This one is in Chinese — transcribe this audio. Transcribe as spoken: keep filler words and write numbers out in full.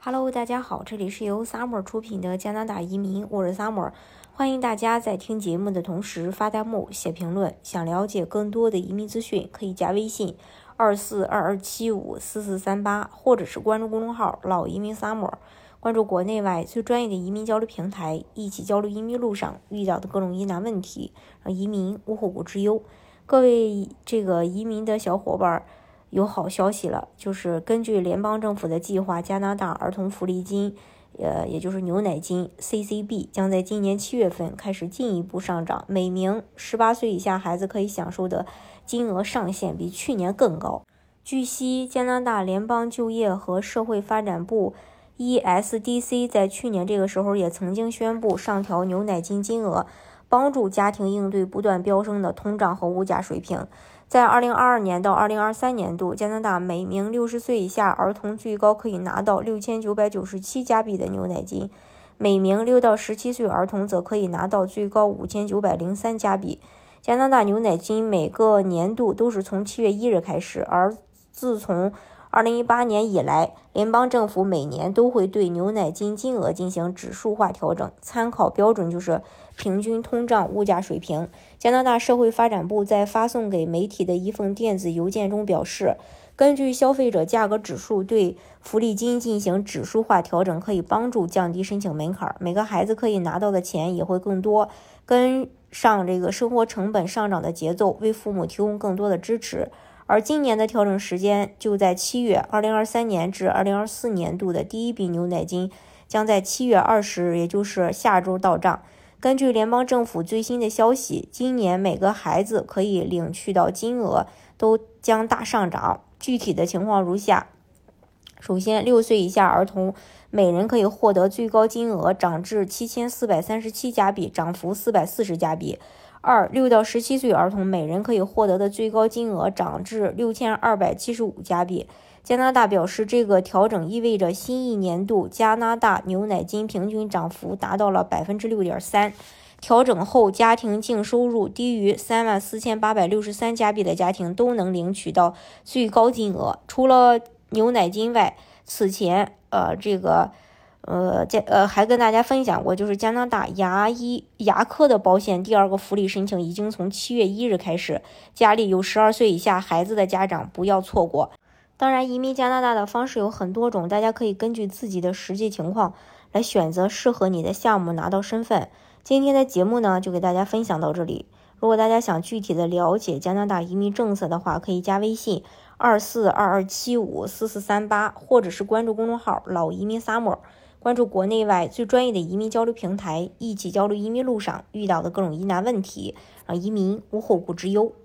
Hello，大家好，这里是由 Summer 出品的加拿大移民，我是 Summer， 欢迎大家在听节目的同时发弹幕、写评论。想了解更多的移民资讯，可以加微信二四二二七五四四三八，或者是关注公众号老移民 Summer， 关注国内外最专业的移民交流平台，一起交流移民路上遇到的各种疑难问题，让移民无后顾之忧。各位这个移民的小伙伴，有好消息了，就是根据联邦政府的计划，加拿大儿童福利金，呃，也就是牛奶金 C C B 将在今年七月份开始进一步上涨，每名十八岁以下孩子可以享受的金额上限比去年更高。据悉，加拿大联邦就业和社会发展部 E S D C 在去年这个时候也曾经宣布上调牛奶金金额，帮助家庭应对不断飙升的通胀和物价水平。在二零二二年到二零二三年度，加拿大每名六十岁以下儿童最高可以拿到六千九百九十七加币的牛奶金，每名六到十七岁儿童则可以拿到最高五千九百零三加币。加拿大牛奶金每个年度都是从七月一日开始，而自从二零一八年以来，联邦政府每年都会对牛奶金金额进行指数化调整，参考标准就是平均通胀物价水平。加拿大社会发展部在发送给媒体的一封电子邮件中表示，根据消费者价格指数对福利金进行指数化调整，可以帮助降低申请门槛，每个孩子可以拿到的钱也会更多，跟上这个生活成本上涨的节奏，为父母提供更多的支持。而今年的调整时间就在七月，二零二三年至二零二四年度的第一笔牛奶金将在七月二十日，也就是下周到账。根据联邦政府最新的消息，今年每个孩子可以领取到金额都将大上涨，具体的情况如下。首先，六岁以下儿童每人可以获得最高金额涨至七千四百三十七加币，涨幅四百四十加币。二，六到十七岁儿童每人可以获得的最高金额涨至六千二百七十五加币。加拿大表示，这个调整意味着新一年度加拿大牛奶金平均涨幅达到了 百分之六点三。调整后，家庭净收入低于三万四千八百六十三加币的家庭都能领取到最高金额。除了牛奶金外，此前呃这个呃加呃还跟大家分享过，就是加拿大牙医牙科的保险第二个福利申请已经从七月一日开始，家里有十二岁以下孩子的家长不要错过。当然，移民加拿大的方式有很多种，大家可以根据自己的实际情况来选择适合你的项目，拿到身份。今天的节目呢，就给大家分享到这里。如果大家想具体的了解加拿大移民政策的话，可以加微信二四二二七五四四三八，或者是关注公众号老移民 Summer， 关注国内外最专业的移民交流平台，一起交流移民路上遇到的各种疑难问题，让移民无后顾之忧。